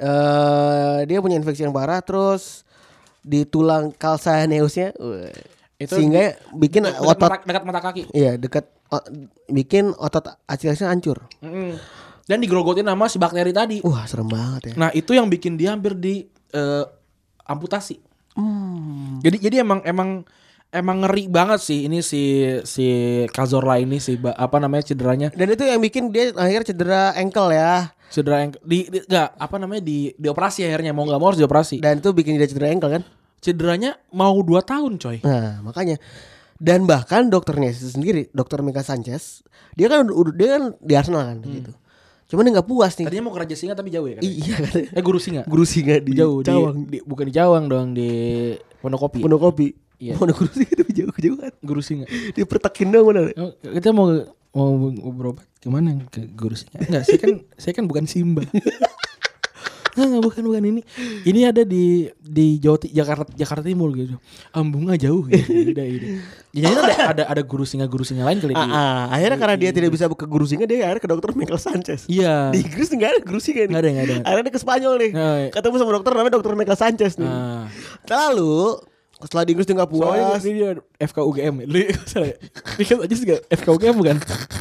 dia punya infeksi yang parah terus di tulang calcaneusnya itu sehingga bikin otot dekat mata kaki. Iya, bikin otot Achillesnya hancur. Dan digerogotin sama si bakteri tadi. Wah, serem banget ya. Nah, itu yang bikin dia hampir di amputasi. Jadi emang ngeri banget sih ini si Cazorla ini cederanya. Dan itu yang bikin dia akhirnya cedera ankle ya. Cedera ankle dioperasi akhirnya, mau enggak mau harus dioperasi. Dan itu bikin dia cedera ankle kan? Cederanya mau 2 tahun, coy. Nah, makanya. Dan bahkan dokternya sendiri, Dokter Mika Sanchez, dia kan di Arsenal kan gitu. Cuman dia nggak puas nih. Tadinya mau ke Raja Singa tapi jauh ya kan? Iya kan? Guru Singa. Guru Singa di jauh, Cawang. Bukan di Cawang dong, di Pondokopi. Iya. Guru Singa tapi jauh kan? Guru Singa. Dipertekin dong mana? Kita mau berobat kemana ke Guru Singa? Enggak, saya kan bukan Simba. Enggak, bukan ini. Ini ada di Jakarta Timur gitu. Bunga jauh gitu. Jadi ada guru singa lain kali. Akhirnya karena dia tidak bisa ke guru singa, dia akhirnya ke dokter Michael Sanchez. Iya. Di Inggris enggak ada guru singa nih. Enggak ada. Akhirnya dia ke Spanyol nih. Ketemu sama dokter namanya Dokter Michael Sanchez nih. Lalu setelah di Inggris dia enggak puas. Soalnya dia FKUGM. Lihat aja sih FKUGM bukan.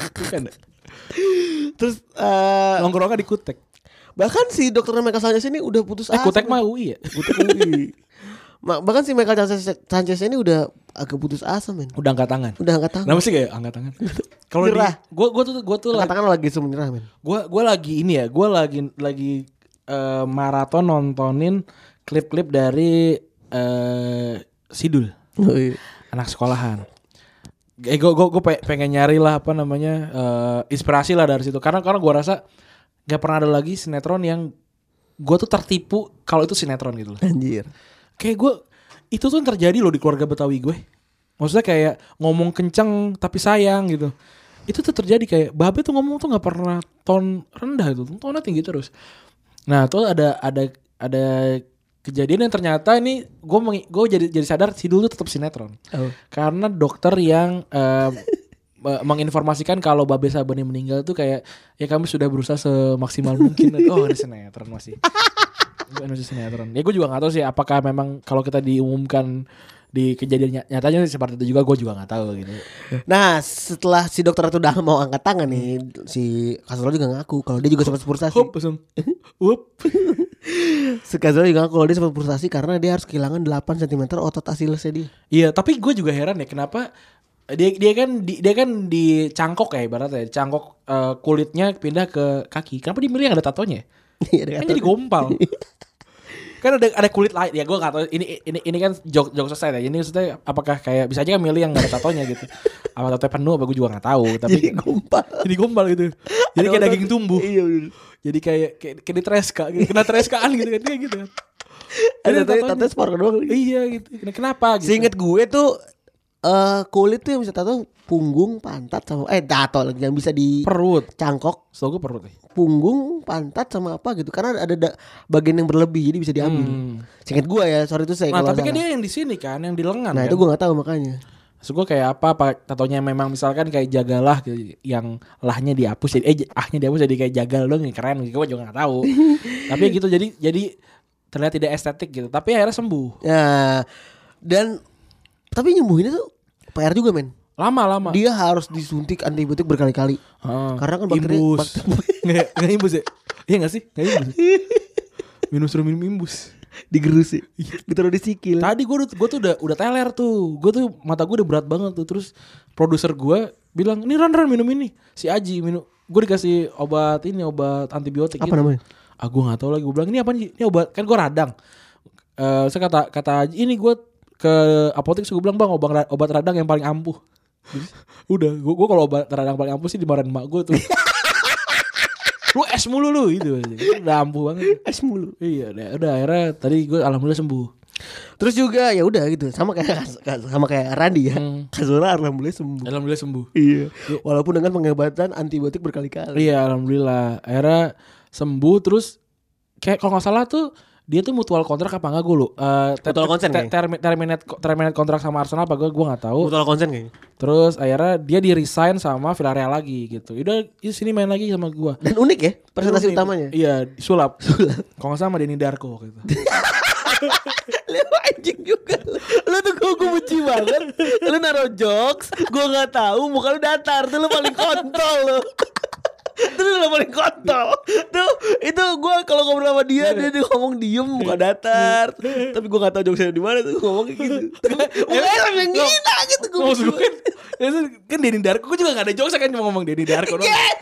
Terus nongkrongnya di Kutek. Bahkan si Dokter Michael Sanchez ini udah putus asa. Kutek mah UI ya? Kutek UI. Bahkan si Michael Sanchez ini udah agak putus asa, men. Udah angkat tangan. Kenapa sih kayak angkat tangan? Kalau gue tuh angkat tangan lagi menyerah, men. Gue lagi ini ya, gue lagi maraton nontonin klip-klip dari Sidul. Oh, iya. Anak sekolahan. Gue pengen nyari lah inspirasi lah dari situ. Karena gue rasa gak pernah ada lagi sinetron yang gue tuh tertipu kalau itu sinetron gitu loh. Anjir. Kayak gue itu tuh terjadi loh di keluarga Betawi gue. Maksudnya kayak ngomong kenceng tapi sayang gitu. Itu tuh terjadi kayak Babe tuh ngomong tuh gak pernah ton rendah itu, tonnya tinggi terus. Nah tuh ada kejadian yang ternyata ini gue jadi sadar Sidul tuh tetap sinetron. Karena dokter yang menginformasikan kalau Babe Sabeni meninggal tuh kayak ya kami sudah berusaha semaksimal mungkin. Oh, ada sinetron masih sinetron. Ya gue juga nggak tahu sih apakah memang kalau kita diumumkan di kejadian nyatanya seperti itu juga, gue juga nggak tahu gitu. Nah setelah si dokter itu udah mau angkat tangan nih, si Cazorla juga ngaku kalau dia juga sempat frustasi. Si Cazorla juga ngaku kalau dia sempat frustasi karena dia harus kehilangan 8 cm otot Achillesnya dia. Iya, tapi gue juga heran ya kenapa dia kan dicangkok ya ibaratnya, cangkok kulitnya pindah ke kaki. Kenapa dia milih yang ada tatonya? Kan jadi gompal. Kan ada kulit lain ya, gue nggak tahu ini kan jok selesai ya. Ini maksudnya apakah kayak bisa aja kan milih yang nggak ada tatonya gitu. Apa tatonya penuh apa gue juga nggak tahu. Tapi jadi gompal gitu. Jadi kayak daging tumbuh. Iya bener. Jadi kayak di treska gitu. Kena treskaan gitu kan kayak gitu kan. Ada tatonya separuh doang. Iya gitu. Kenapa gitu? Seinget gue tuh kulit tuh yang bisa tato punggung, pantat sama tato lagi yang bisa di Perut. cangkok, Setahu gue perut nih. punggung, pantat sama apa gitu. Karena ada bagian yang berlebih jadi bisa diambil. Seingat gua ya, sorry itu saya Nah, kalau tapi kan salah. dia yang di sini kan, yang di lengan Nah, kan. itu gua enggak tahu makanya. Maksud gue kayak apa tatonya memang misalkan kayak jagalah gitu, yang lahnya dihapus jadi ahnya dihapus jadi kayak jagal dong, keren gitu. Gue juga nggak tahu. Tapi gitu jadi terlihat tidak estetik gitu. Tapi akhirnya sembuh. Ya, dan tapi nyembuhinnya tuh PR juga men. Lama. Dia harus disuntik antibiotik berkali-kali. Karena kan bakteri imbus. Nggak imbus ya? Iya nggak sih? Nggak imbus. Minum imbus. digerus sih. Ditaruh di sikil. Tadi gue tuh udah teler tuh. Gue tuh mata gue udah berat banget tuh. Terus produser gue bilang, "Ini Ran minum ini." Si Aji minum. Gue dikasih obat antibiotik. Apa gitu. namanya? Gue nggak tahu lagi. Gue bilang, "Ini apa nih? Ini obat." Kan gue radang. Saya kata Aji, "Ini gue ke apotek." Gue bilang, "Bang, obat radang yang paling ampuh." Udah, gue kalau obat radang paling ampuh sih dimarahin emak gue tuh. Lu es mulu lu gitu. Udah ampuh banget. Es mulu. Iya, udah akhirnya tadi gue alhamdulillah sembuh. Terus juga ya udah gitu, sama kayak Randy ya. Kazora alhamdulillah sembuh. Alhamdulillah sembuh. Iya. Walaupun dengan pengobatan antibiotik berkali-kali. Iya, alhamdulillah. Akhirnya sembuh. Terus kayak kalau nggak salah tuh dia tuh mutual kontrak apa enggak gue lu? Mutual consent kayaknya. Terminate kontrak sama Arsenal apa gue nggak tahu. Mutual consent kayaknya. Terus akhirnya dia di resign sama Villarreal lagi gitu. Udah sini main lagi sama gue. Dan unik ya presentasi utamanya. Iya, sulap. Kalau nggak salah sama Denny Darko gitu. Lu anjing juga lu tuh gue benci banget. Lu naruh jokes, gue nggak tahu, muka lu datar, tuh lu paling kontol lu. Itu lu paling kontol. Tuh itu gue kalau ngobrol sama dia ngomong diem muka datar. Tapi gue nggak tahu jokesnya di mana tuh ngomongnya gitu. Mukanya sampai ngina gitu gue. Maksud gue kan Denny Darko, gue juga gak ada jokes kan cuma ngomong Denny Darko.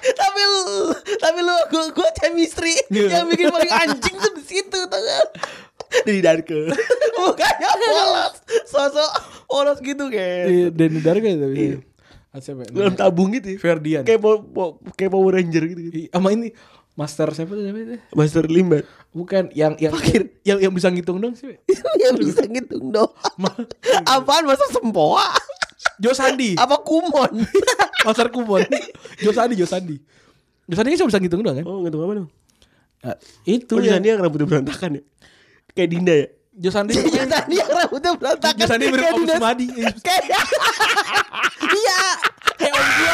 Tapi lu gue chemistry yang bikin paling anjing tuh di situ tau kan. Denny Darko. Mukanya polos, sosok polos gitu kayak. Denny Darko itu. Siapa? Dalam tabung gitu ya. Ferdian. Kayak Power Ranger gitu. Sama ini Master siapa tuh namanya? Master Limbat. Bukan yang bisa ngitung dong sih. Yang bisa ngitung dong. Apaan Master Sempoa? Josandi. Apa Kumon? Master Kumon. Josandi kan cuma bisa ngitung doang kan? Oh ngitung apa dong? Itu Oh ya. Josandi yang rambutnya berantakan ya. Kayak Dinda ya. Josandi Josandi yang rambutnya berantakan. Josandi mirip Kayak Om Dinda. Sumadi. Iya. Kayak Om gua.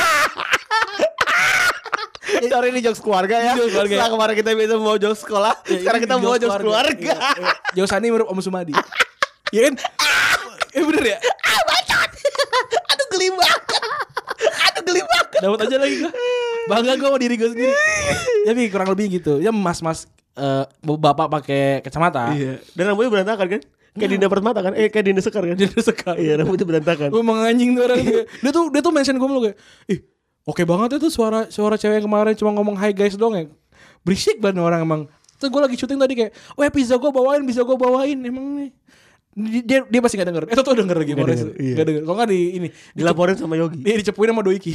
Sorry ini jokes keluarga ya. Jokes keluarga. Setelah kemarin kita biasa bawa jokes sekolah, sekarang kita bawa jokes keluarga. Josandi mirip Om Sumadi. Iya kan? Bener ya? Bacot. Aduh geli banget. Dapat aja lagi gua. Bangga gua sama diri gua sendiri. Tapi kurang lebih gitu. Ya mas-mas bapak pakai kacamata. Iya. Dan rambutnya berantakan kan? Kayak Dinda Permata kan? Kayak Dinda Sekar kan? Dinda Sekar. Iya rambutnya berantakan. Gue menganjing tuh orang. Dia tuh mention gue mulu kayak, oke banget itu suara cewek yang kemarin cuma ngomong hi guys doang ya. Berisik banget orang emang. Terus gue lagi syuting tadi kayak, pizza gue bawain emang nih. Dia pasti gak denger. Tuh denger lagi Morris. Gak denger. Kalau gak ini dilaporin sama Yogi. Dia dicepuin sama Doiki.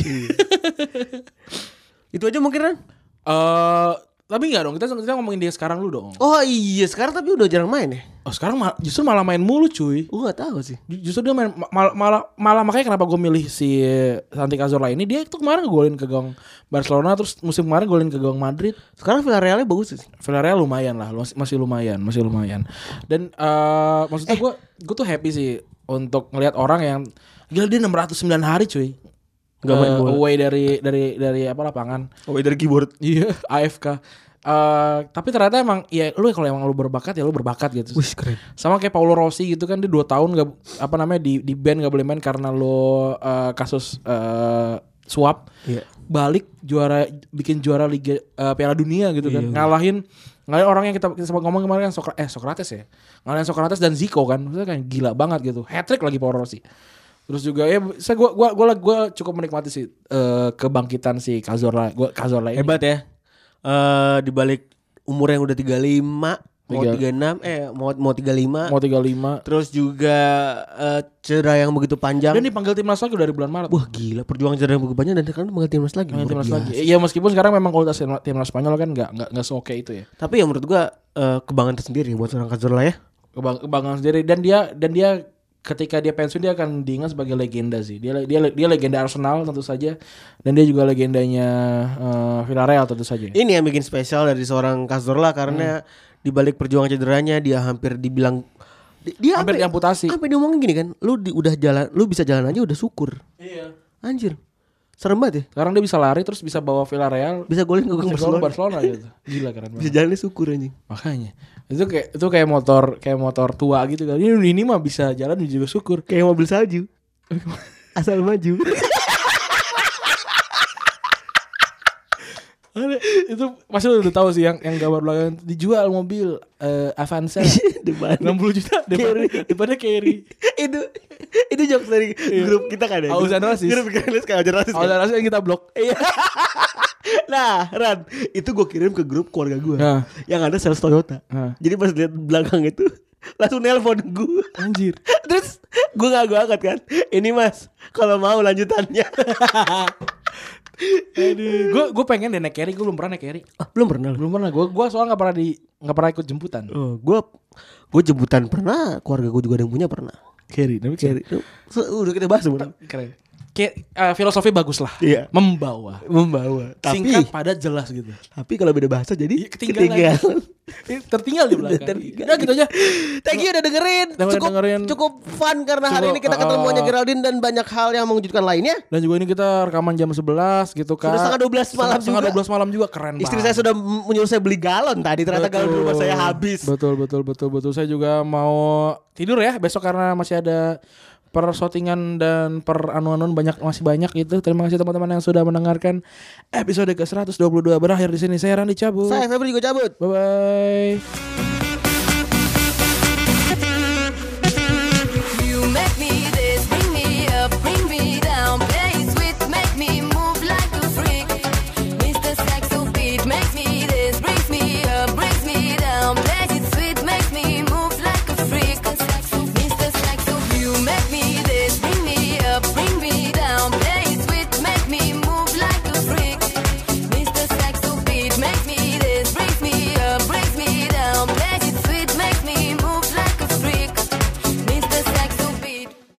Itu aja mungkin kan? Tapi enggak dong, kita ngomongin dia sekarang lu dong. Oh iya, sekarang tapi udah jarang main ya? Oh sekarang justru malah main mulu cuy. Gue gak tahu sih. Justru dia main malah makanya kenapa gue milih si Santi Cazorla ini. Dia itu kemarin ngegolin ke gawang Barcelona, terus musim kemarin golin ke gawang Madrid. Sekarang Villarrealnya bagus sih. Villarreal lumayan lah, masih lumayan. Dan maksudnya gue tuh happy sih untuk ngelihat orang yang gila dia 609 hari cuy. Gak main bola. Away dari apa lapangan. Away dari keyboard. Iya, AFK. Tapi ternyata emang ya lu kalau emang lu berbakat ya lu berbakat gitu. Wih keren. Sama kayak Paulo Rossi gitu kan, dia 2 tahun di ban gak boleh main karena lo kasus suap. Iya. Balik bikin juara Liga Piala Dunia gitu kan. Ngalahin orang yang kita sempat ngomong kemarin kan Sokrates ya. Ngalahin Sokrates dan Zico kan. Maksudnya kan gila banget gitu. Hat-trick lagi Paulo Rossi. Terus juga ya gue cukup menikmati sih kebangkitan si Cazorla ini. Hebat ya. Di balik umur yang udah 35, mau 36, mau 35. Mau 35. Terus juga cedera yang begitu panjang. Dan dipanggil timnas lagi dari bulan Maret. Wah gila, perjuangan cedera yang begitu panjang dan sekarang dipanggil timnas lagi. Timnas lagi. Ya meskipun sekarang memang kualitas timnas Spanyol kan enggak seoke itu ya. Tapi ya menurut gua kebanggaan tersendiri buat seorang Cazorla ya. Kebanggaan sendiri dan dia ketika dia pensiun dia akan diingat sebagai legenda sih. Dia legenda Arsenal tentu saja, dan dia juga legendanya Villarreal tentu saja. Ini yang bikin spesial dari seorang Cazorla karena di balik perjuangan cederanya dia hampir dibilang dia hampir diamputasi. Sampai diomongin gini kan, udah jalan, lu bisa jalan aja udah syukur. Iya. Anjir. Serem banget ya. Sekarang dia bisa lari terus bisa bawa Villarreal, bisa golin ke Barcelona gitu. Gila keren banget. Bisa jalannya syukur anjing. Makanya itu kayak motor tua gitu kan. Ini mah bisa jalan juga syukur. Kayak mobil salju. Asal maju. Itu pasti udah tahu sih yang gambar belakang dijual mobil Avanza Depan 60 juta depannya carry. itu jokes dari grup kita kan ya. Ausan rasis. Grup kita sekarang rasis. Ausan rasis yang kita blok. Iya. Nah, Ran, itu gue kirim ke grup keluarga gue yang ada sales Toyota. Jadi pas lihat belakang itu langsung nelpon gue. Anjir. Terus gue angkat kan. Ini mas, kalau mau lanjutannya. Aduh, gue pengen deh naik carry, gue belum pernah naik carry. Belum pernah. Gue soalnya nggak pernah ikut jemputan. Gue jemputan pernah, keluarga gue juga ada yang punya pernah. Carry. Udah kita bahas sebenarnya. Keren. Kayak filosofi bagus lah. Iya. Membawa. Tapi Singkat padat jelas gitu. Tapi kalau beda bahasa jadi ketinggalan. Tertinggal di belakang. Udah gitu aja. Thank you udah dengerin. Cukup fun karena hari ini kita ketemuannya Geraldine dan banyak hal yang mengejutkan lainnya. Dan juga ini kita rekaman jam 11 gitu kan. Sudah setengah 12 malam juga. Keren Istri banget. saya sudah menyuruh saya beli galon tadi. Ternyata galon di rumah saya habis. Betul. Saya juga mau tidur ya besok karena masih ada pershootingan dan anuan masih banyak gitu. Terima kasih teman-teman yang sudah mendengarkan episode ke-122 berakhir di sini. Saya Randy cabut. Saya Febri juga cabut. Bye bye.